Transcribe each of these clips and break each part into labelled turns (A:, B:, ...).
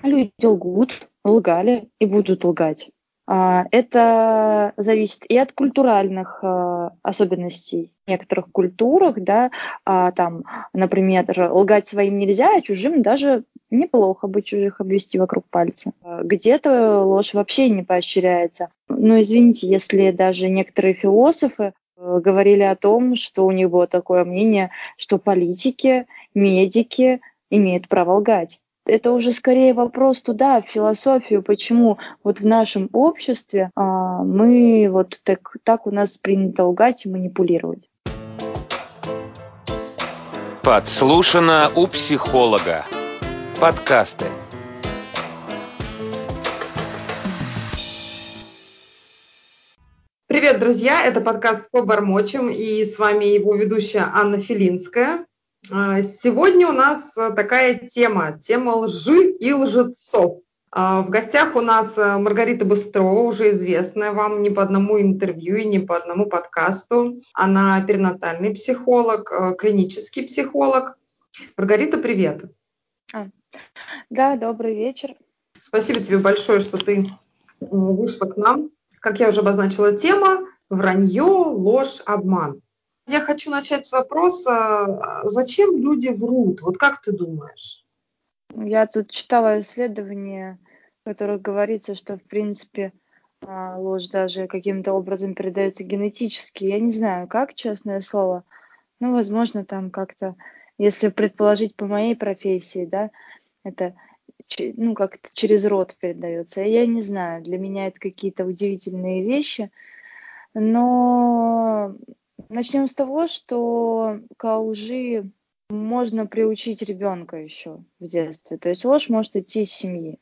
A: Люди лгут, лгали и будут лгать. Это зависит и от культуральных особенностей. В некоторых культурах, да, там, например, лгать своим нельзя, а чужим даже неплохо бы чужих обвести вокруг пальца. Где-то ложь вообще не поощряется. Но извините, если даже некоторые философы говорили о том, что у них было такое мнение, что политики, медики имеют право лгать. Это уже скорее вопрос туда, в философию, почему вот в нашем обществе мы вот так у нас принято лгать и манипулировать.
B: Подслушано у психолога. Подкасты.
C: Привет, друзья! Это подкаст «Побормочем», и с вами его ведущая Анна Филинская. Сегодня у нас такая тема лжи и лжецов. В гостях у нас Маргарита Быстрова, уже известная вам не по одному интервью и не по одному подкасту. Она перинатальный психолог, клинический психолог. Маргарита, привет!
A: Да, добрый вечер.
C: Спасибо тебе большое, что ты вышла к нам. Как я уже обозначила, тема вранье, ложь, обман. Я хочу начать с вопроса, зачем люди врут? Вот как ты думаешь?
A: Я тут читала исследования, в которых говорится, что, в принципе, ложь даже каким-то образом передается генетически. Я не знаю, как, честное слово. Ну, возможно, там как-то, если предположить по моей профессии, да, это как-то через род передается. Я не знаю, для меня это какие-то удивительные вещи. Но начнем с того, что к лжи можно приучить ребенка еще в детстве. То есть ложь может идти из семьи.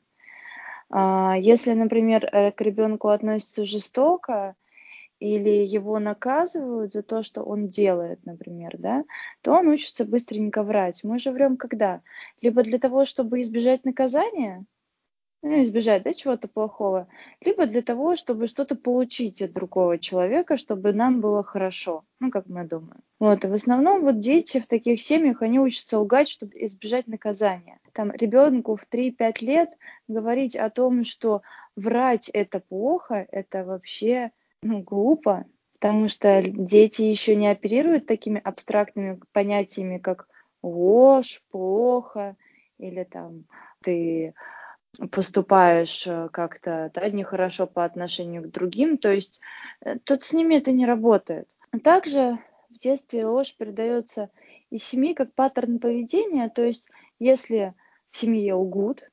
A: Если, например, к ребенку относятся жестоко, или его наказывают за то, что он делает, например, да, то он учится быстренько врать. Мы же врем когда? Либо для того, чтобы избежать наказания, избежать, да, чего-то плохого, либо для того, чтобы что-то получить от другого человека, чтобы нам было хорошо, как мы думаем. Вот, и в основном вот дети в таких семьях, они учатся лгать, чтобы избежать наказания. Там ребенку в 3-5 лет говорить о том, что врать это плохо, это вообще, глупо, потому что дети еще не оперируют такими абстрактными понятиями, как ложь, плохо, или там ты поступаешь как-то, да, нехорошо по отношению к другим, то есть тут с ними это не работает. Также в детстве ложь передается из семьи как паттерн поведения, то есть если в семье лгут,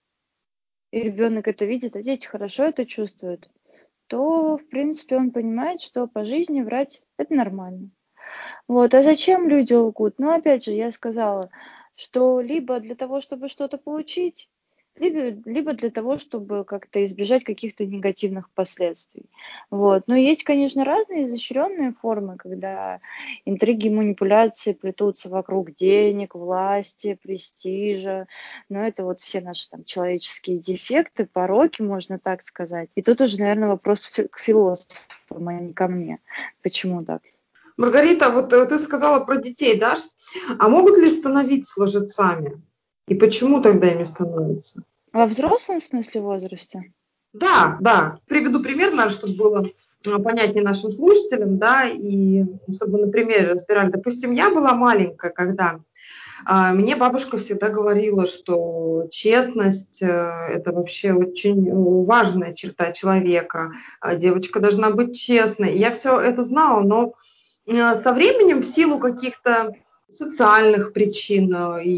A: и ребенок это видит, а дети хорошо это чувствуют, то, в принципе, он понимает, что по жизни врать это нормально. Вот. А зачем люди лгут? Опять же, я сказала, что либо для того, чтобы что-то получить, либо для того, чтобы как-то избежать каких-то негативных последствий. Вот. Но есть, конечно, разные изощренные формы, когда интриги и манипуляции плетутся вокруг денег, власти, престижа. Но это вот все наши там человеческие дефекты, пороки, можно так сказать. И тут уже, наверное, вопрос к философам, а не ко мне. Почему так?
C: Маргарита, вот ты сказала про детей, да? А могут ли становиться лжецами? И почему тогда ими становятся?
A: Во взрослом смысле возрасте?
C: Да. Приведу пример, наверное, чтобы было понятнее нашим слушателям, да, и чтобы на примере разбирали. Допустим, я была маленькая, когда мне бабушка всегда говорила, что честность это вообще очень важная черта человека. Девочка должна быть честной. И я все это знала, но со временем в силу каких-то социальных причин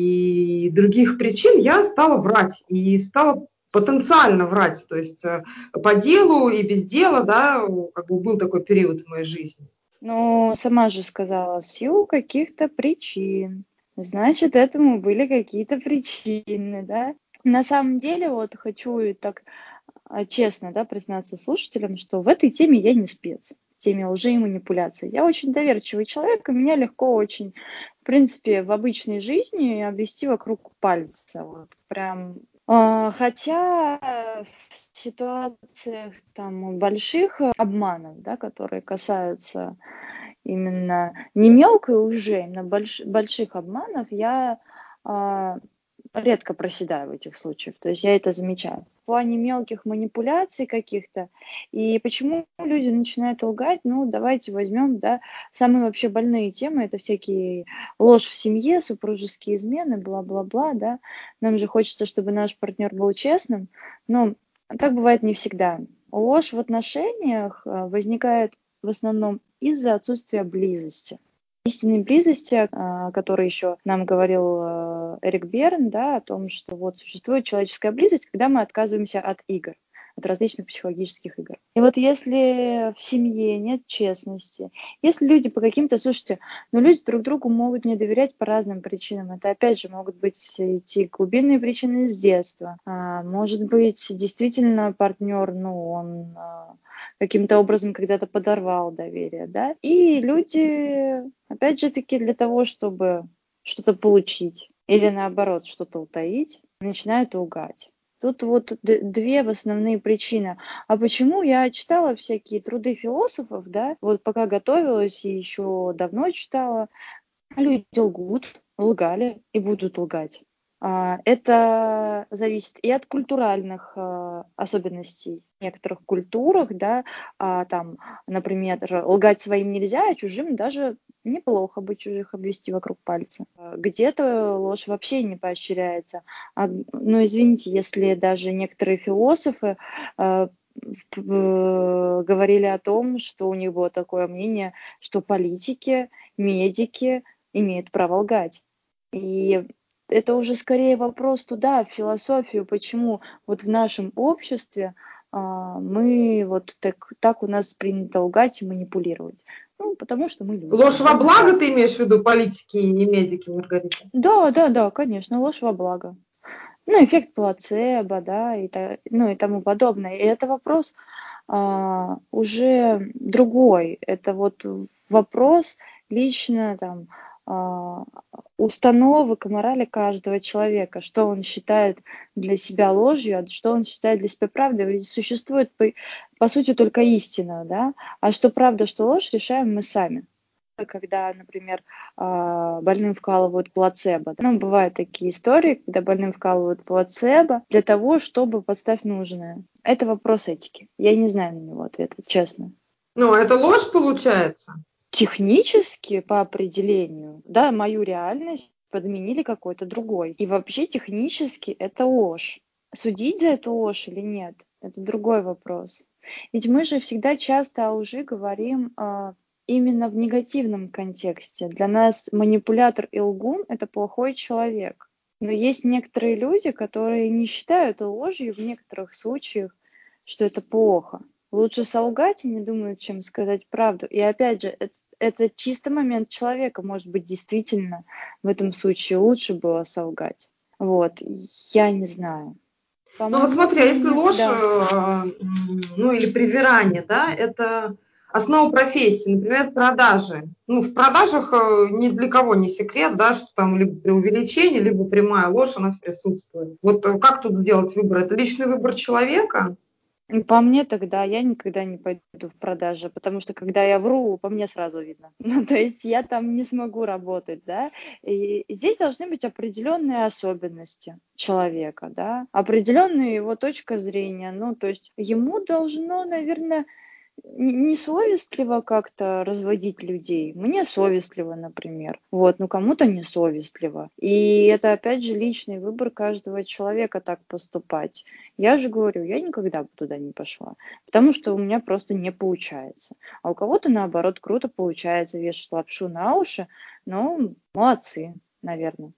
C: и других причин я стала врать и стала потенциально врать, то есть по делу и без дела, да, как бы был такой период в моей жизни.
A: Сама же сказала, в силу каких-то причин. Значит, этому были какие-то причины, да? На самом деле, вот хочу и так честно, да, признаться слушателям, что в этой теме я не спец, в теме лжи и манипуляций. Я очень доверчивый человек, и меня легко очень, в принципе, в обычной жизни обвести вокруг пальца. Вот прям. Хотя в ситуациях там больших обманов, да, которые касаются именно не мелкой лжи, а именно больших обманов, я редко проседаю в этих случаях, то есть я это замечаю. В плане мелких манипуляций каких-то, и почему люди начинают лгать, ну, давайте возьмем, да, самые вообще больные темы, это всякие ложь в семье, супружеские измены, бла-бла-бла, да. Нам же хочется, чтобы наш партнер был честным, но так бывает не всегда. Ложь в отношениях возникает в основном из-за отсутствия близости. Истинной близости, о которой еще нам говорил Эрик Берн, да, о том, что вот существует человеческая близость, когда мы отказываемся от игр, от различных психологических игр. И вот если в семье нет честности, если люди по каким-то, слушайте, ну люди друг другу могут не доверять по разным причинам. Это опять же могут быть эти глубинные причины с детства. Может быть, действительно партнер, ну он каким-то образом когда-то подорвал доверие, да. И люди, опять же таки, для того, чтобы что-то получить или наоборот что-то утаить, начинают лгать. Тут вот две основные причины. А почему я читала всякие труды философов, да, вот пока готовилась и еще давно читала, люди лгут, лгали и будут лгать. Это зависит и от культуральных особенностей. В некоторых культурах, да, там, например, лгать своим нельзя, а чужим даже неплохо бы чужих обвести вокруг пальца. Где-то ложь вообще не поощряется. Ну, извините, если даже некоторые философы говорили о том, что у них было такое мнение, что политики, медики имеют право лгать. И это уже скорее вопрос туда, в философию, почему вот в нашем обществе мы вот так у нас принято лгать и манипулировать. Ну, потому что мы люди.
C: Ложь во благо ты имеешь в виду, политики и медики, Маргарита?
A: Да, конечно, ложь во благо. Ну, эффект плацебо, да, и тому подобное. И это вопрос уже другой. Это вот вопрос лично там установок и морали каждого человека, что он считает для себя ложью, а что он считает для себя правдой. Ведь существует, по сути, только истина, да, а что правда, что ложь, решаем мы сами. Когда, например, больным вкалывают плацебо. Ну, бывают такие истории, когда больным вкалывают плацебо для того, чтобы подставить нужное. Это вопрос этики. Я не знаю на него ответа, честно.
C: Ну, это ложь получается?
A: Технически, по определению, да, мою реальность подменили какой-то другой. И вообще технически это ложь. Судить за эту ложь или нет, это другой вопрос. Ведь мы же всегда часто о лжи говорим именно в негативном контексте. Для нас манипулятор и лгун – это плохой человек. Но есть некоторые люди, которые не считают ложью в некоторых случаях, что это плохо. Лучше солгать и не думают, чем сказать правду. И опять же, это чисто момент человека. Может быть, действительно в этом случае лучше было солгать. Вот, я не знаю.
C: Ну вот смотри, а если ложь,
A: да.
C: Ну или привирание, да, это основа профессии, например, продажи. Ну, в продажах ни для кого не секрет, да, что там либо преувеличение, либо прямая ложь, она присутствует. Вот как тут сделать выбор? Это личный выбор человека?
A: По мне тогда я никогда не пойду в продажи, потому что когда я вру, по мне сразу видно. Ну, то есть я там не смогу работать, да. И здесь должны быть определенные особенности человека, да, определенная его точка зрения. Ну, то есть ему должно, наверное, не совестливо как-то разводить людей. Мне совестливо, например. Вот, но кому-то не совестливо. И это, опять же, личный выбор каждого человека так поступать. Я же говорю, я никогда бы туда не пошла, потому что у меня просто не получается. А у кого-то, наоборот, круто получается вешать лапшу на уши. Ну, молодцы, наверное.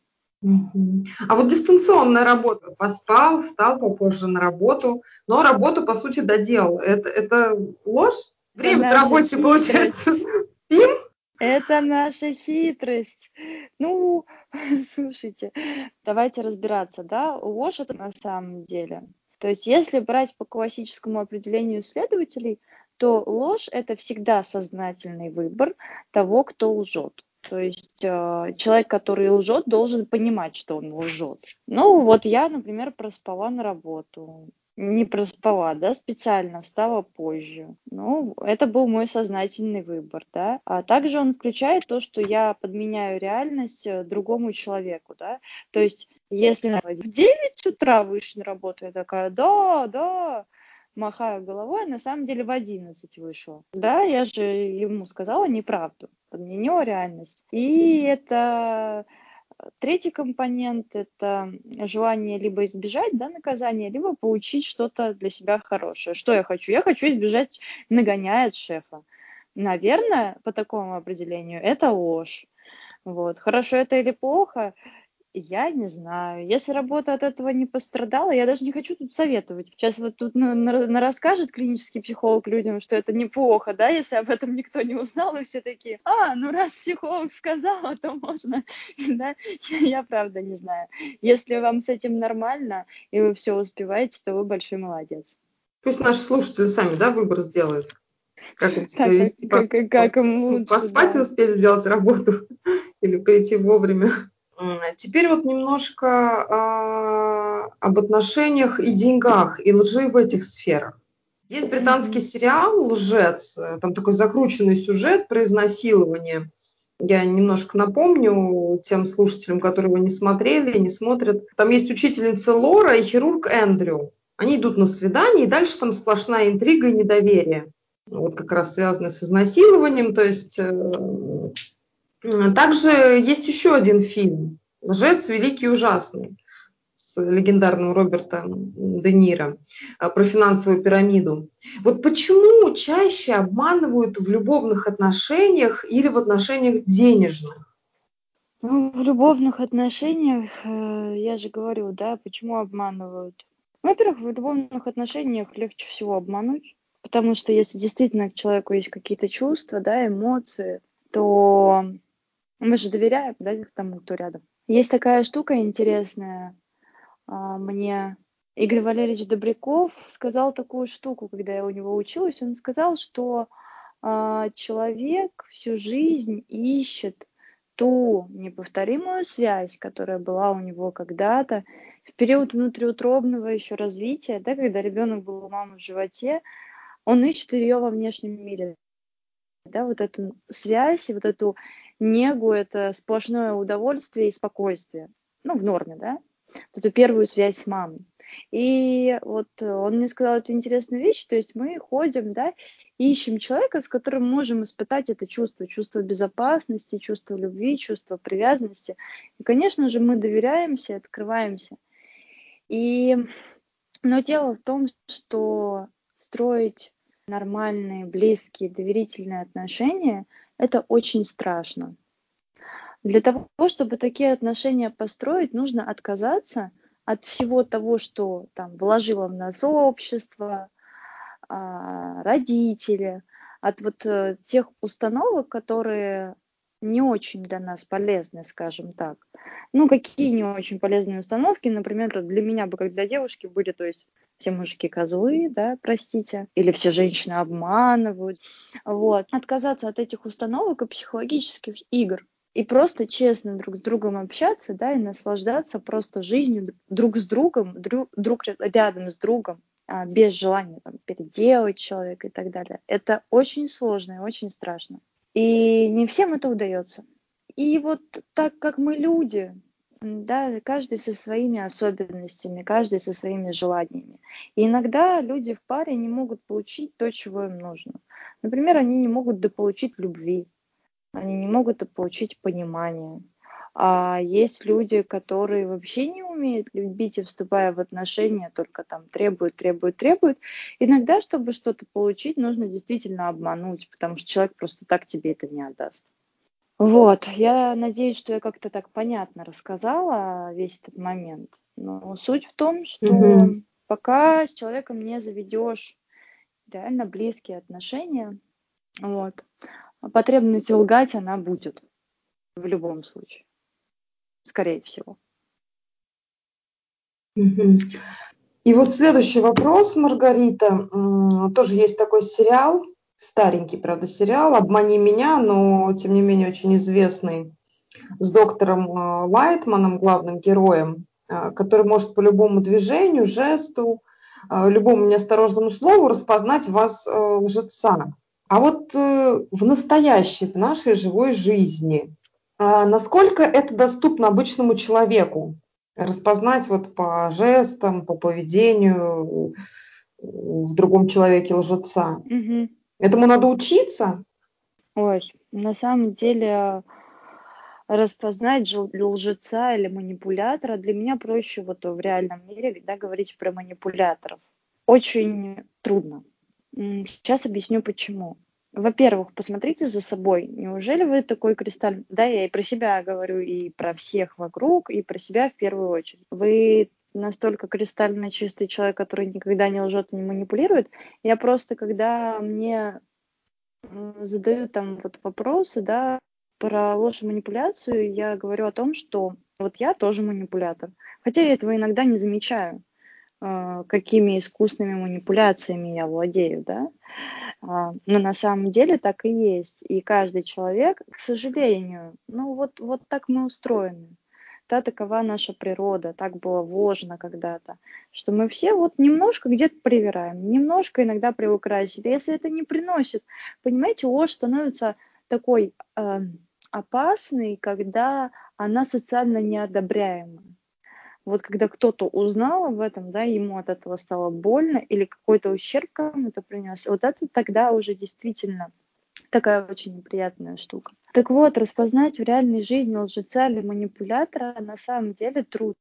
C: А вот дистанционная работа. Поспал, встал попозже на работу, но работу, по сути, доделал. Это ложь?
A: Это
C: Время
A: наша
C: рабочее, получается,
A: хитрость.
C: спим?
A: Это наша хитрость. Ну, слушайте, давайте разбираться, да, ложь это на самом деле. То есть, если брать по классическому определению исследователей, то ложь это всегда сознательный выбор того, кто лжет. То есть человек, который лжет, должен понимать, что он лжет. Ну, вот я, например, проспала на работу. Не проспала, да, специально встала позже. Ну, это был мой сознательный выбор, да. А также он включает то, что я подменяю реальность другому человеку, да. То есть Если в 9 утра вышли на работу, я такая, да, махаю головой, на самом деле в 11 вышел. Да, я же ему сказала неправду, подменила реальность. И это третий компонент – это желание либо избежать, да, наказания, либо получить что-то для себя хорошее. Что я хочу? Я хочу избежать нагоняя от шефа. Наверное, по такому определению, это ложь. Вот. Хорошо это или плохо? Я не знаю. Если работа от этого не пострадала, я даже не хочу тут советовать. Сейчас вот тут расскажет клинический психолог людям, что это неплохо, да, если об этом никто не узнал, и все такие, ну раз психолог сказала, то можно, да, я правда не знаю. Если вам с этим нормально, и вы все успеваете, то вы большой молодец.
C: Пусть наши слушатели сами, да, выбор сделают, как им себя
A: Так,
C: вести,
A: как им лучше,
C: поспать и
A: да.
C: успеть сделать работу или прийти вовремя. Теперь вот немножко об отношениях и деньгах, и лжи в этих сферах. Есть британский сериал «Лжец», там такой закрученный сюжет про изнасилование. Я немножко напомню тем слушателям, которые его не смотрели, не смотрят. Там есть учительница Лора и хирург Эндрю. Они идут на свидание, и дальше там сплошная интрига и недоверие. Вот как раз связанное с изнасилованием. То есть также есть еще один фильм «Лжец великий и ужасный» с легендарным Робертом Де Ниро про финансовую пирамиду. Вот почему чаще обманывают в любовных отношениях или в отношениях денежных?
A: Ну, в любовных отношениях, я же говорю, да, почему обманывают. Во-первых, в любовных отношениях легче всего обмануть, потому что если действительно к человеку есть какие-то чувства, да, эмоции, то мы же доверяем, да, тому, кто рядом. Есть такая штука интересная, мне Игорь Валерьевич Добряков сказал такую штуку, когда я у него училась, он сказал, что человек всю жизнь ищет ту неповторимую связь, которая была у него когда-то в период внутриутробного еще развития, да, когда ребенок был у мамы в животе, он ищет ее во внешнем мире, да, вот эту связь, вот эту негу, это сплошное удовольствие и спокойствие, ну, в норме, да, вот эту первую связь с мамой. И вот он мне сказал эту интересную вещь, то есть мы ходим, да, ищем человека, с которым можем испытать это чувство безопасности, чувство любви, чувство привязанности. И, конечно же, мы доверяемся, открываемся. Но дело в том, что строить нормальные, близкие, доверительные отношения – это очень страшно. Для того, чтобы такие отношения построить, нужно отказаться от всего того, что там вложило в нас общество, родители, от вот тех установок, которые не очень для нас полезны, скажем так. Ну, какие не очень полезные установки, например, для меня бы, как для девушки, были, то есть все мужики козлы, да, простите, или все женщины обманывают. Вот. Отказаться от этих установок и психологических игр. И просто честно друг с другом общаться, да, и наслаждаться просто жизнью друг с другом, друг рядом с другом, без желания там, переделать человека и так далее. Это очень сложно и очень страшно. И не всем это удается. И вот так как мы люди, да, каждый со своими особенностями, каждый со своими желаниями. И иногда люди в паре не могут получить то, чего им нужно. Например, они не могут дополучить любви, они не могут получить понимание. А есть люди, которые вообще не умеют любить и, вступая в отношения, только там требуют. Иногда, чтобы что-то получить, нужно действительно обмануть, потому что человек просто так тебе это не отдаст. Вот, я надеюсь, что я как-то так понятно рассказала весь этот момент. Но суть в том, что пока с человеком не заведешь реально близкие отношения, вот, потребность лгать, она будет в любом случае, скорее всего.
C: И вот следующий вопрос, Маргарита. Тоже есть такой сериал, старенький, правда, сериал «Обмани меня», но, тем не менее, очень известный, с доктором Лайтманом, главным героем, который может по любому движению, жесту, любому неосторожному слову распознать в вас лжеца. А вот в настоящей, в нашей живой жизни, насколько это доступно обычному человеку? Распознать вот по жестам, по поведению в другом человеке лжеца.
A: Мгм.
C: Этому надо учиться.
A: Ой, на самом деле распознать лжеца или манипулятора для меня проще вот в реальном мире, да, говорить про манипуляторов. Очень трудно. Сейчас объясню почему. Во-первых, посмотрите за собой. Неужели вы такой кристалл? Да, я и про себя говорю, и про всех вокруг, и про себя в первую очередь. Вы настолько кристально чистый человек, который никогда не лжет и не манипулирует. Я просто, когда мне задают там вот вопросы, да, про ложь и манипуляцию, я говорю о том, что вот я тоже манипулятор. Хотя я этого иногда не замечаю, какими искусными манипуляциями я владею, да. Но на самом деле так и есть. И каждый человек, к сожалению, ну вот так мы устроены. Да, такова наша природа, так было вложено когда-то, что мы все вот немножко где-то привираем, немножко иногда приукрасили. Если это не приносит, понимаете, ложь становится такой опасной, когда она социально неодобряема. Вот когда кто-то узнал об этом, да, ему от этого стало больно или какой-то ущерб кому-то принес, вот это тогда уже действительно такая очень неприятная штука. Так вот, распознать в реальной жизни лжеца или манипулятора на самом деле трудно.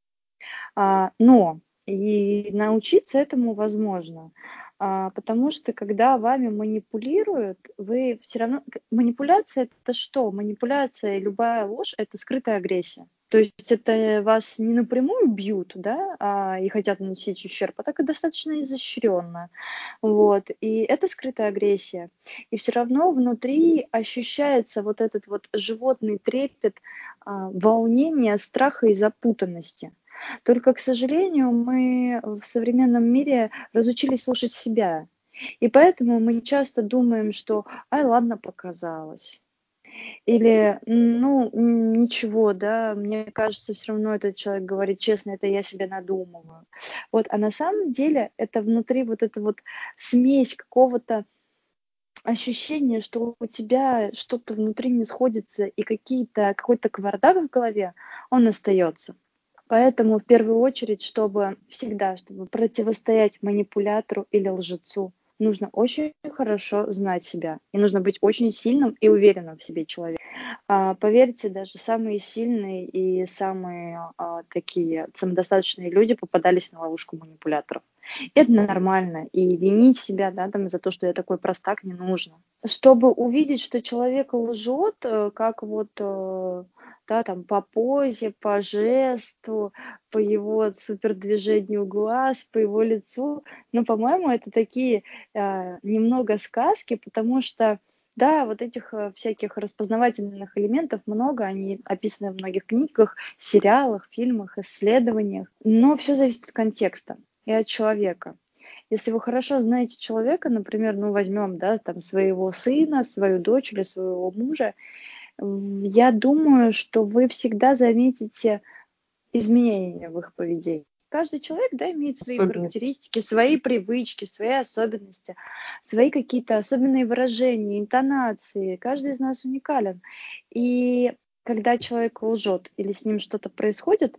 A: Но и научиться этому возможно. Потому что когда вами манипулируют, вы все равно... Манипуляция — это что? Манипуляция и любая ложь — это скрытая агрессия. То есть это вас не напрямую бьют, да, и хотят наносить ущерб, а так и достаточно изощренно. Вот. И это скрытая агрессия. И все равно внутри ощущается вот этот вот животный трепет, волнения, страха и запутанности. Только, к сожалению, мы в современном мире разучились слушать себя. И поэтому мы часто думаем, что «ай, ладно, показалось». Или «ну, ничего, да, мне кажется, все равно этот человек говорит честно, это я себе надумываю». Вот, а на самом деле это внутри вот эта вот смесь какого-то ощущения, что у тебя что-то внутри не сходится и какой-то кавардак в голове, он остается. Поэтому в первую очередь, чтобы противостоять манипулятору или лжецу, нужно очень хорошо знать себя. И нужно быть очень сильным и уверенным в себе человеком. Поверьте, даже самые сильные и самые такие самодостаточные люди попадались на ловушку манипуляторов. Это нормально. И винить себя, да, там, за то, что я такой простак, не нужно. Чтобы увидеть, что человек лжет, как вот да, там, по позе, по жесту, по его супердвижению глаз, по его лицу. Но, по-моему, это такие немного сказки, потому что, да, вот этих всяких распознавательных элементов много, они описаны в многих книгах, сериалах, фильмах, исследованиях. Но все зависит от контекста и от человека. Если вы хорошо знаете человека, например, ну, возьмем, да, там, своего сына, свою дочь или своего мужа, я думаю, что вы всегда заметите изменения в их поведении. Каждый человек, да, имеет свои
C: Особенность.
A: характеристики, свои привычки, свои особенности, свои какие-то особенные выражения, интонации. Каждый из нас уникален. И когда человек лжет или с ним что-то происходит,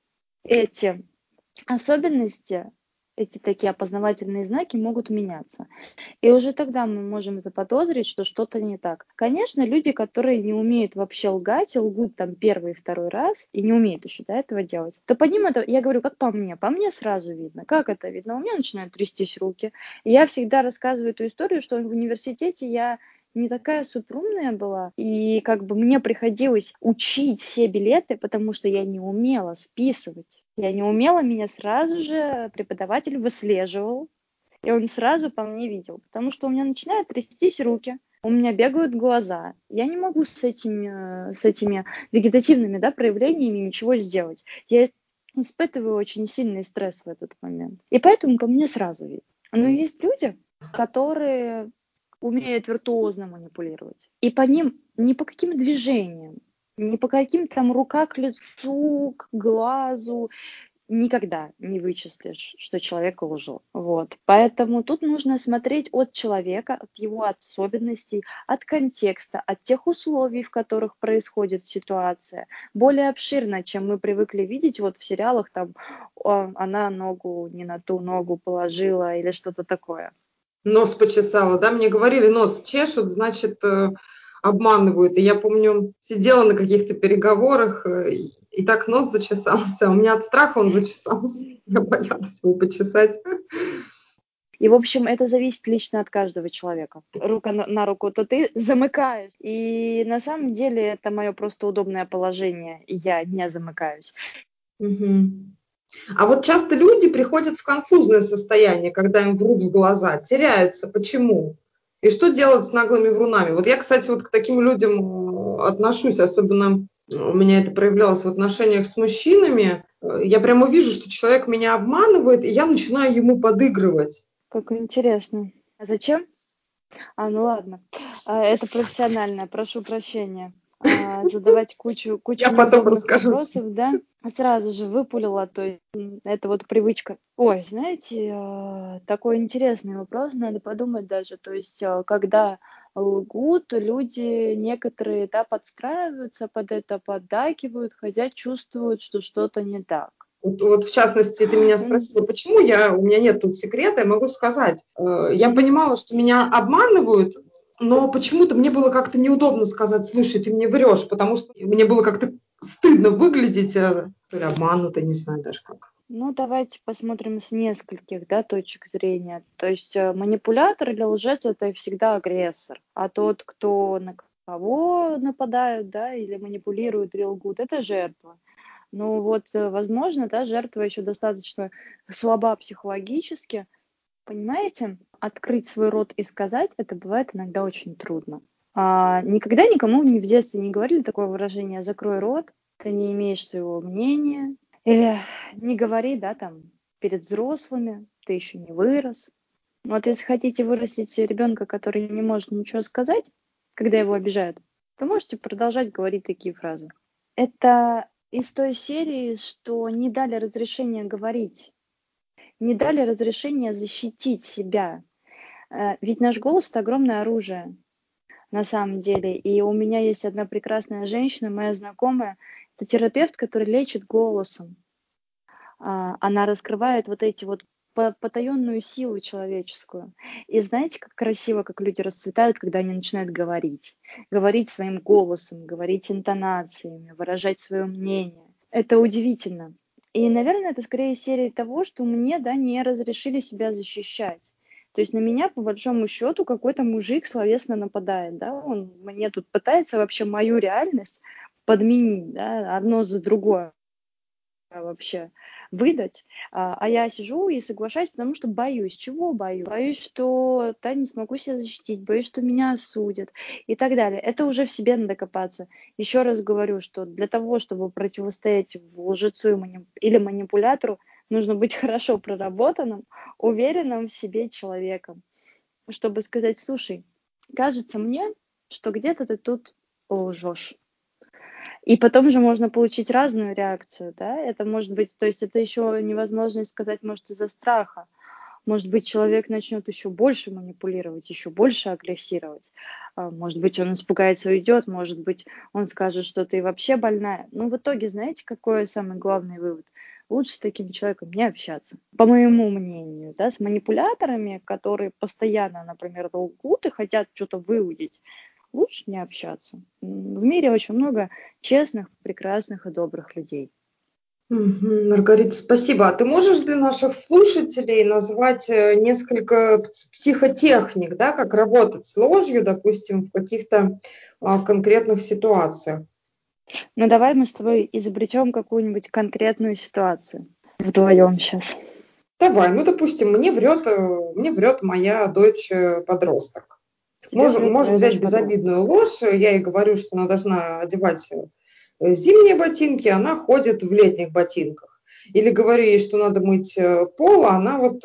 A: эти особенности, эти такие опознавательные знаки могут меняться. И уже тогда мы можем заподозрить, что что-то не так. Конечно, люди, которые не умеют вообще лгать, и лгут там первый и второй раз, и не умеют еще до этого делать, то по ним это, я говорю, как по мне сразу видно. Как это видно? У меня начинают трястись руки. И я всегда рассказываю эту историю, что в университете я не такая суперумная была, и как бы мне приходилось учить все билеты, потому что я не умела списывать. Я не умела, меня сразу же преподаватель выслеживал, и он сразу по мне видел, потому что у меня начинают трястись руки, у меня бегают глаза. Я не могу с этими вегетативными, да, проявлениями ничего сделать. Я испытываю очень сильный стресс в этот момент. И поэтому по мне сразу видно. Но есть люди, которые умеют виртуозно манипулировать. И по ним ни по каким движениям, ни по каким там рука к лицу, к глазу, никогда не вычислишь, что человек лжет. Вот. Поэтому тут нужно смотреть от человека, от его особенностей, от контекста, от тех условий, в которых происходит ситуация. Более обширно, чем мы привыкли видеть вот в сериалах, там она ногу не на ту ногу положила или что-то такое.
C: Нос почесала, да? Мне говорили, нос чешут, значит, обманывают. И я помню, сидела на каких-то переговорах, и так нос зачесался. У меня от страха он зачесался. Я боялась его почесать.
A: И, в общем, это зависит лично от каждого человека. Рука на руку, то ты замыкаешь. И на самом деле это мое просто удобное положение. И я не замыкаюсь.
C: Мгм. А вот часто люди приходят в конфузное состояние, когда им врут в глаза, теряются. Почему? И что делать с наглыми врунами? Вот я, кстати, вот к таким людям отношусь, особенно у меня это проявлялось в отношениях с мужчинами. Я прямо вижу, что человек меня обманывает, и я начинаю ему подыгрывать.
A: Как интересно. А зачем? Ну ладно. Это профессионально, прошу прощения. Задавать кучу
C: Я потом
A: неудобных
C: расскажу.
A: вопросов, да? Сразу же выпалила, то есть это вот привычка. Ой, знаете, такой интересный вопрос, надо подумать даже. То есть, когда лгут, люди некоторые, да, подстраиваются под это, поддакивают, хотя чувствуют, что что-то не так.
C: Вот в частности, ты меня спросила, почему у меня нет тут секрета, я могу сказать. Я понимала, что меня обманывают, но почему-то мне было как-то неудобно сказать, слушай, ты мне врешь, потому что мне было как-то стыдно выглядеть, обманутой, не знаю даже как.
A: Ну, давайте посмотрим с нескольких, да, точек зрения. То есть манипулятор или лжец – это всегда агрессор, а тот, кто на кого нападают, да, или манипулируют, или лгут – это жертва. Ну вот, возможно, да, жертва еще достаточно слаба психологически. Понимаете, открыть свой рот и сказать – это бывает иногда очень трудно. Никогда никому в детстве не говорили такое выражение «закрой рот», ты не имеешь своего мнения, или не говори, да, там, перед взрослыми, ты еще не вырос. Вот если хотите вырастить ребенка, который не может ничего сказать, когда его обижают, то можете продолжать говорить такие фразы. Это из той серии, что не дали разрешения говорить, не дали разрешения защитить себя. Ведь наш голос – это огромное оружие на самом деле. И у меня есть одна прекрасная женщина, моя знакомая, это терапевт, который лечит голосом. Она раскрывает вот эти вот потаенную силу человеческую. И знаете, как красиво, как люди расцветают, когда они начинают говорить. Говорить своим голосом, говорить интонациями, выражать свое мнение. Это удивительно. И, наверное, это скорее серия того, что мне, да, не разрешили себя защищать. То есть на меня, по большому счету, какой-то мужик словесно нападает, да, он мне тут пытается вообще мою реальность подменить, да, одно за другое вообще выдать, я сижу и соглашаюсь, потому что боюсь. Чего боюсь? Боюсь, что да, не смогу себя защитить, боюсь, что меня осудят и так далее. Это уже в себе надо копаться. Еще раз говорю, что для того, чтобы противостоять лжецу или манипулятору, нужно быть хорошо проработанным, уверенным в себе человеком, чтобы сказать, слушай, кажется мне, что где-то ты тут лжешь. И потом же можно получить разную реакцию, да, это может быть, то есть это еще невозможность сказать, может, из-за страха. Может быть, человек начнет еще больше манипулировать, еще больше агрессировать. Может быть, он испугается и уйдет, может быть, он скажет, что ты вообще больная. Ну, в итоге, знаете, какой самый главный вывод? Лучше с таким человеком не общаться. По моему мнению, да, с манипуляторами, которые постоянно, например, лгут и хотят что-то выудить, лучше не общаться. В мире очень много честных, прекрасных и добрых людей.
C: Маргарита, спасибо. А ты можешь для наших слушателей назвать несколько психотехник, да, как работать с ложью, допустим, в каких-то конкретных ситуациях?
A: Ну, давай мы с тобой изобретем какую-нибудь конкретную ситуацию вдвоем сейчас.
C: Давай, ну, допустим, мне врет моя дочь-подросток.
A: Тебе врет
C: Можем
A: твоя
C: взять
A: дочь подросток.
C: безобидную ложь. Я ей говорю, что она должна одевать зимние ботинки, она ходит в летних ботинках. Или говорю ей, что надо мыть пол, а она вот,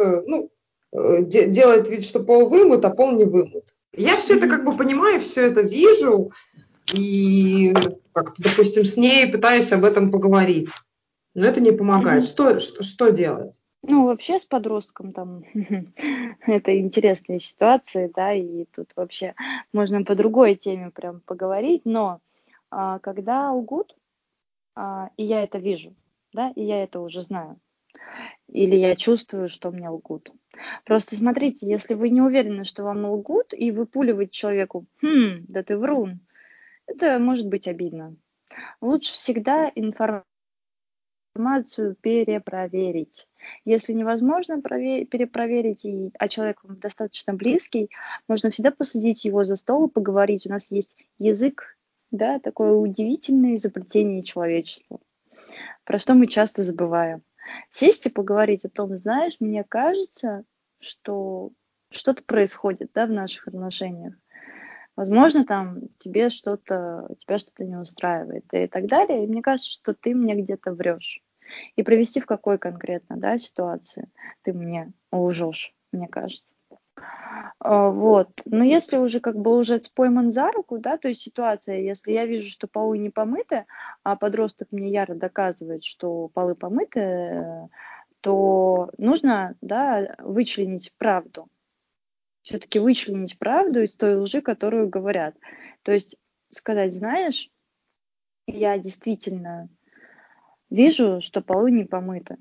C: делает вид, что пол вымыт, а пол не вымыт. Я все это как бы понимаю, все это вижу, и как-то, допустим, с ней пытаюсь об этом поговорить. Но это не помогает.
A: Мгм.
C: Что делать?
A: Ну, вообще с подростком там это интересные ситуации, да, и тут вообще можно по другой теме прям поговорить, но когда лгут, и я это вижу, да, и я это уже знаю, или я чувствую, что мне лгут. Просто смотрите, если вы не уверены, что вам лгут, и выпуливать человеку, да ты врун, это может быть обидно. Лучше всегда информацию перепроверить. Если невозможно перепроверить, а человек вам достаточно близкий, можно всегда посадить его за стол и поговорить. У нас есть язык, да, такое удивительное изобретение человечества, про что мы часто забываем. Сесть и поговорить о том, знаешь, мне кажется, что что-то происходит, да, в наших отношениях. Возможно, там тебя что-то не устраивает и так далее. И мне кажется, что ты мне где-то врешь. И провести в какой конкретно, да, ситуации ты мне лжешь, мне кажется. Вот. Но если уже как бы уже пойман за руку, да, то есть ситуация, если я вижу, что полы не помыты, а подросток мне яро доказывает, что полы помыты, то нужно, да, вычленить правду. Все-таки вычленить правду из той лжи, которую говорят. То есть сказать, знаешь, я действительно вижу, что полы не помыты.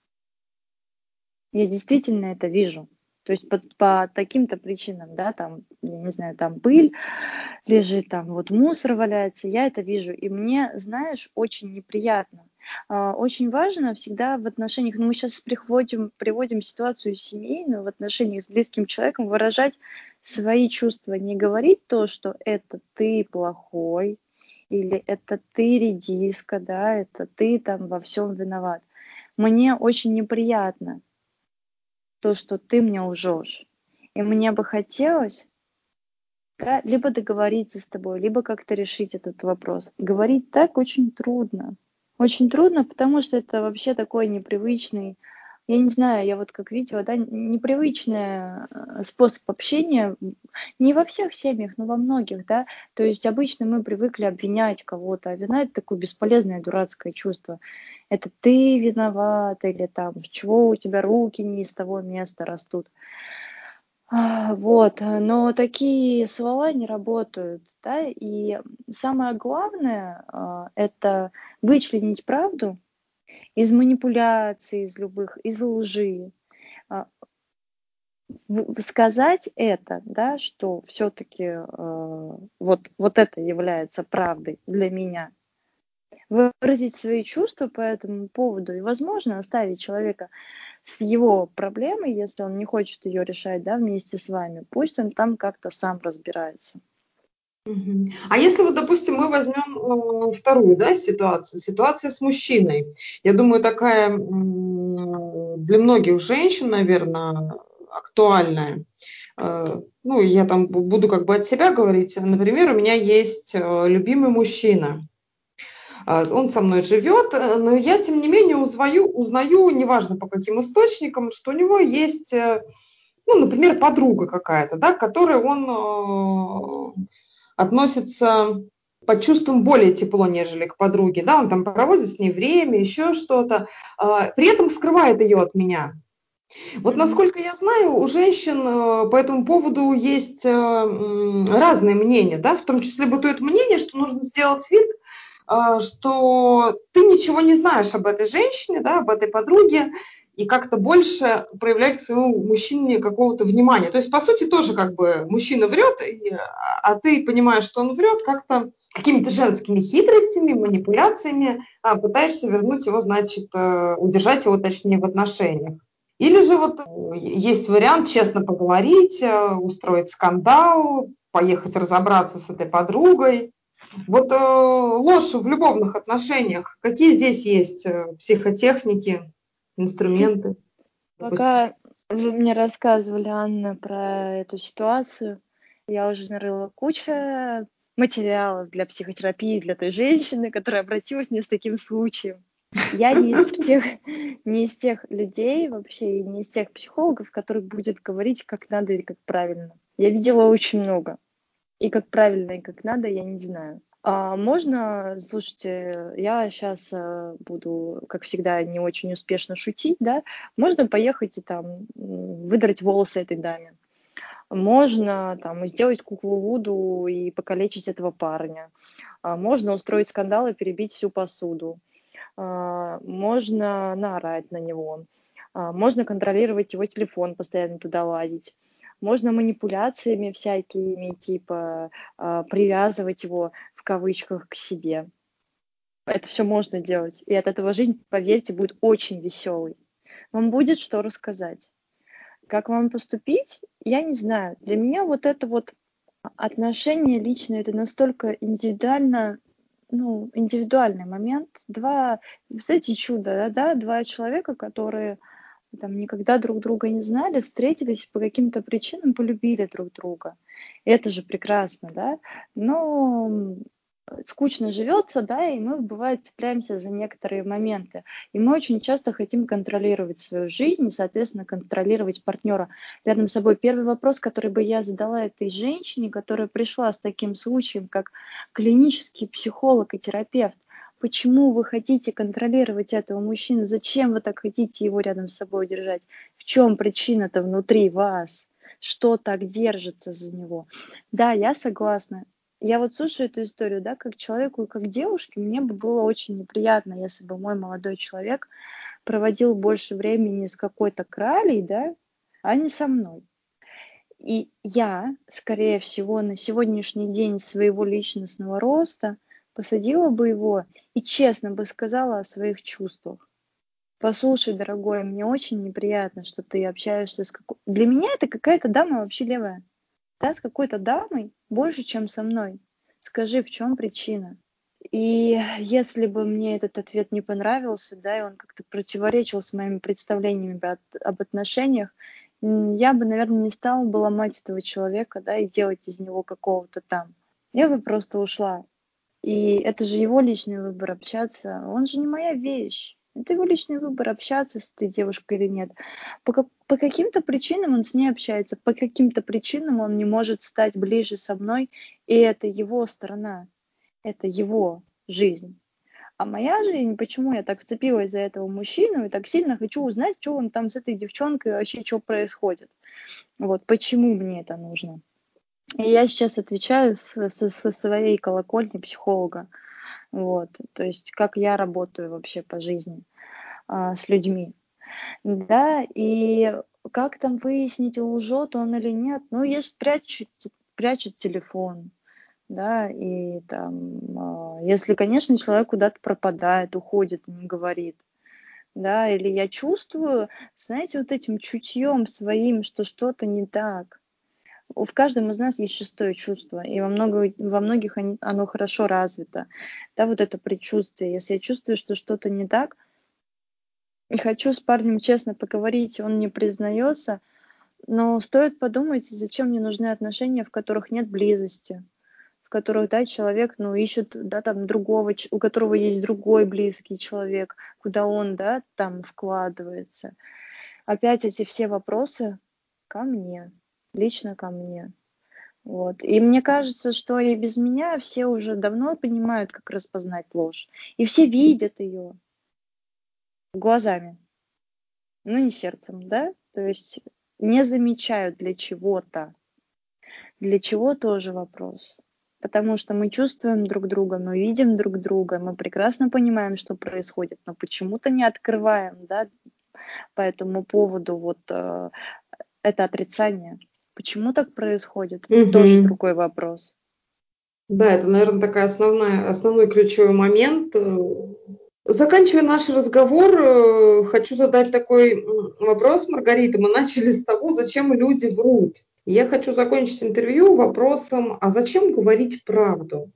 A: Я действительно это вижу. То есть по таким-то причинам, да, там, я не знаю, там пыль лежит, там вот мусор валяется, я это вижу. И мне, знаешь, очень неприятно. Очень важно всегда в отношениях, ну мы сейчас приводим ситуацию семейную, в отношениях с близким человеком выражать свои чувства, не говорить то, что это ты плохой, или это ты редиска, да, это ты там во всем виноват. Мне очень неприятно то, что ты мне лжешь. И мне бы хотелось, да, либо договориться с тобой, либо как-то решить этот вопрос. Говорить так очень трудно. Очень трудно, потому что это вообще такой непривычный, я не знаю, я вот как видела, да, непривычный способ общения не во всех семьях, но во многих, да. То есть обычно мы привыкли обвинять кого-то, а вина это такое бесполезное дурацкое чувство. Это ты виноват, или там, с чего у тебя руки не из того места растут. Вот, но такие слова не работают, да, и самое главное, это вычленить правду из манипуляций, из любых, из лжи, а, сказать это, да, что все-таки вот это является правдой для меня, выразить свои чувства по этому поводу и, возможно, оставить человека с его проблемой, если он не хочет ее решать, да, вместе с вами, пусть он там как-то сам разбирается.
C: Мгм. А если вот, допустим, мы возьмем вторую, да, ситуацию, ситуация с мужчиной. Я думаю, такая для многих женщин, наверное, актуальная. Ну, я там буду как бы от себя говорить. Например, у меня есть любимый мужчина. Он со мной живет, но я, тем не менее, узнаю, неважно по каким источникам, что у него есть, ну, например, подруга какая-то, да, к которой он относится под чувством более тепло, нежели к подруге, да, он там проводит с ней время, еще что-то, при этом скрывает ее от меня. Вот
A: Мгм.
C: насколько я знаю, у женщин по этому поводу есть разные мнения, да, в том числе бытует мнение, что нужно сделать вид, что ты ничего не знаешь об этой женщине, да, об этой подруге, и как-то больше проявлять к своему мужчине какого-то внимания. То есть, по сути, тоже как бы мужчина врет, а ты понимаешь, что он врет, как-то какими-то женскими хитростями, манипуляциями пытаешься вернуть его, значит, удержать его, точнее, в отношениях. Или же вот есть вариант честно поговорить, устроить скандал, поехать разобраться с этой подругой. Вот ложь в любовных отношениях. Какие здесь есть психотехники, инструменты? Допустим.
A: Пока вы мне рассказывали, Анна, про эту ситуацию, я уже нарыла кучу материалов для психотерапии для той женщины, которая обратилась мне с таким случаем. Я не из тех людей вообще, и не из тех психологов, которые будет говорить, как надо и как правильно. Я видела очень много. И как правильно, и как надо, я не знаю. Можно, слушайте, я сейчас буду, как всегда, не очень успешно шутить, да, можно поехать и там выдрать волосы этой даме. Можно там сделать куклу Вуду и покалечить этого парня. Можно устроить скандал и перебить всю посуду. Можно наорать на него. Можно контролировать его телефон, постоянно туда лазить. Можно манипуляциями всякими, типа привязывать его в кавычках к себе. Это все можно делать. И от этого жизнь, поверьте, будет очень веселой. Вам будет что рассказать. Как вам поступить, я не знаю. Для меня вот это вот отношение личное, это настолько индивидуальный момент. Знаете, чудо, да, два человека, которые там никогда друг друга не знали, встретились по каким-то причинам, полюбили друг друга. И это же прекрасно, да. Но скучно живется, да, и мы, бывает, цепляемся за некоторые моменты. И мы очень часто хотим контролировать свою жизнь и, соответственно, контролировать партнера рядом с собой. Первый вопрос, который бы я задала этой женщине, которая пришла с таким случаем, как клинический психолог и терапевт, почему вы хотите контролировать этого мужчину? Зачем вы так хотите его рядом с собой держать? В чем причина-то внутри вас? Что так держится за него? Да, я согласна. Я вот слушаю эту историю, да, как человеку и как девушке, мне бы было очень неприятно, если бы мой молодой человек проводил больше времени с какой-то кралей, да, а не со мной. И я, скорее всего, на сегодняшний день своего личностного роста посадила бы его и честно бы сказала о своих чувствах. Послушай, дорогой, мне очень неприятно, что ты общаешься с какой... Для меня это какая-то дама вообще левая. Да, с какой-то дамой больше, чем со мной. Скажи, в чем причина? И если бы мне этот ответ не понравился, да, и он как-то противоречил с моими представлениями об отношениях, я бы, наверное, не стала бы ломать этого человека, да, и делать из него какого-то там. Я бы просто ушла. И это же его личный выбор общаться. Он же не моя вещь. Это его личный выбор общаться с этой девушкой или нет. По каким-то причинам он с ней общается, по каким-то причинам он не может стать ближе со мной, и это его сторона, это его жизнь. А моя жизнь, почему я так вцепилась за этого мужчину и так сильно хочу узнать, что он там с этой девчонкой вообще, что происходит. Вот, почему мне это нужно. И я сейчас отвечаю со своей колокольни психолога. Вот, то есть как я работаю вообще по жизни с людьми. Да, и как там выяснить, лжет он или нет? Ну, если прячет телефон, да, и там, если, конечно, человек куда-то пропадает, уходит и не говорит, да, или я чувствую, знаете, вот этим чутьем своим, что что-то не так. В каждом из нас есть шестое чувство, и во многих оно хорошо развито. Да, вот это предчувствие. Если я чувствую, что что-то не так, и хочу с парнем честно поговорить, он не признается, но стоит подумать, зачем мне нужны отношения, в которых нет близости, в которых, да, человек, ищет, да, там, другого, у которого есть другой близкий человек, куда он, да, там вкладывается. Опять эти все вопросы ко мне, лично ко мне. Вот. И мне кажется, что и без меня все уже давно понимают, как распознать ложь. И все видят ее глазами, но не сердцем, да? То есть не замечают для чего-то. Для чего тоже вопрос. Потому что мы чувствуем друг друга, мы видим друг друга, мы прекрасно понимаем, что происходит, но почему-то не открываем, да, по этому поводу вот это отрицание. Почему так происходит? Тоже другой вопрос.
C: Да, это, наверное, основной ключевой момент. Заканчивая наш разговор, хочу задать такой вопрос, Маргарита. Мы начали с того, зачем люди врут. Я хочу закончить интервью вопросом, а зачем говорить правду?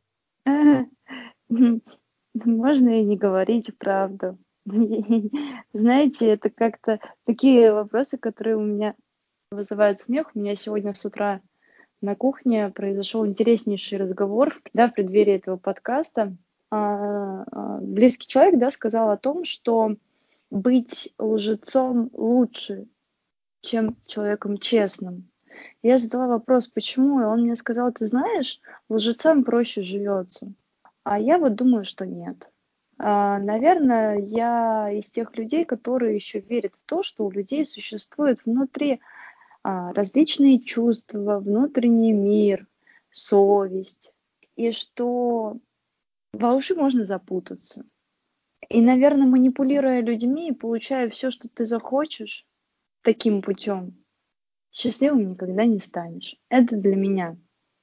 A: Можно и не говорить правду. Знаете, это как-то такие вопросы, которые у меня вызывают смех. У меня сегодня с утра на кухне произошел интереснейший разговор, да, в преддверии этого подкаста. Близкий человек, да, сказал о том, что быть лжецом лучше, чем человеком честным. Я задала вопрос, почему, и он мне сказал, ты знаешь, лжецам проще живется. А я вот думаю, что нет. Наверное, я из тех людей, которые еще верят в то, что у людей существует внутри различные чувства, внутренний мир, совесть, и что во лжи можно запутаться. И, наверное, манипулируя людьми и получая все, что ты захочешь таким путем, счастливым никогда не станешь. Это для меня.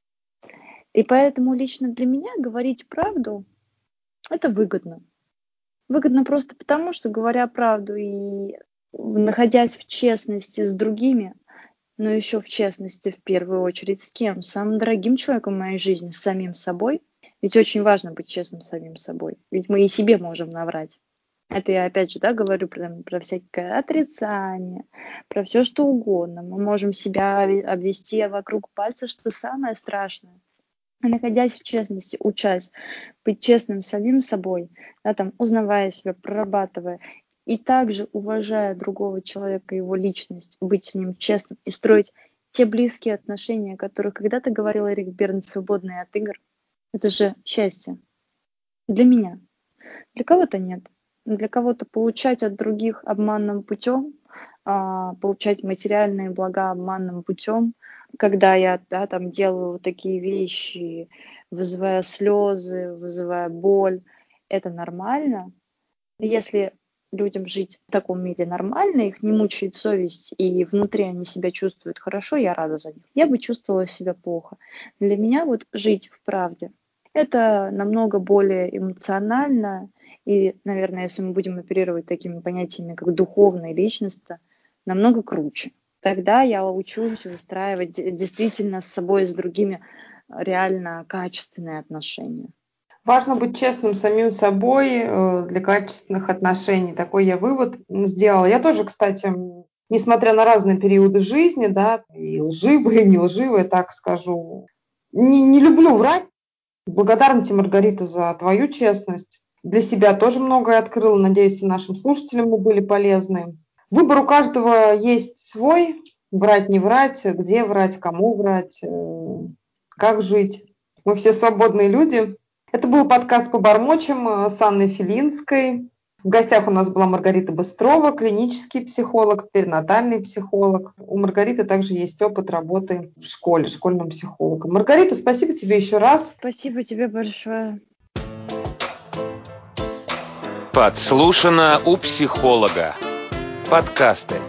A: И поэтому лично для меня говорить правду– это выгодно. Выгодно просто потому, что, говоря правду и находясь в честности с другими, но еще в честности в первую очередь с кем? С самым дорогим человеком в моей жизни, с самим собой. Ведь очень важно быть честным с самим собой. Ведь мы и себе можем наврать. Это я опять же, да, говорю про всякое отрицание, про все что угодно. Мы можем себя обвести вокруг пальца, что самое страшное. А находясь в честности, учась быть честным с самим собой, да, там, узнавая себя, прорабатывая, и также уважая другого человека, его личность, быть с ним честным и строить те близкие отношения, о которых когда-то говорил Эрик Берн, свободные от игр, это же счастье. Для меня. Для кого-то нет. Для кого-то получать от других обманным путем, получать материальные блага обманным путем, когда я, да, там делаю вот такие вещи, вызывая слезы, вызывая боль, это нормально. Если людям жить в таком мире нормально, их не мучает совесть, и внутри они себя чувствуют хорошо, я рада за них. Я бы чувствовала себя плохо. Для меня вот жить в правде, это намного более эмоционально, и, наверное, если мы будем оперировать такими понятиями, как духовная личность, намного круче. Тогда я учусь выстраивать действительно с собой и с другими реально качественные отношения.
C: Важно быть честным с самим собой для качественных отношений. Такой я вывод сделала. Я тоже, кстати, несмотря на разные периоды жизни, да, и лживые, и не лживые, так скажу, не люблю врать. Благодарна тебе, Маргарита, за твою честность. Для себя тоже многое открыла. Надеюсь, и нашим слушателям мы были полезны. Выбор у каждого есть свой. Врать, не врать, где врать, кому врать, как жить. Мы все свободные люди. Это был подкаст «Побормочем» с Анной Филинской. В гостях у нас была Маргарита Быстрова, клинический психолог, перинатальный психолог. У Маргариты также есть опыт работы в школе, школьным психологом. Маргарита, спасибо тебе еще раз.
A: Спасибо тебе большое.
B: Подслушано у психолога. Подкасты.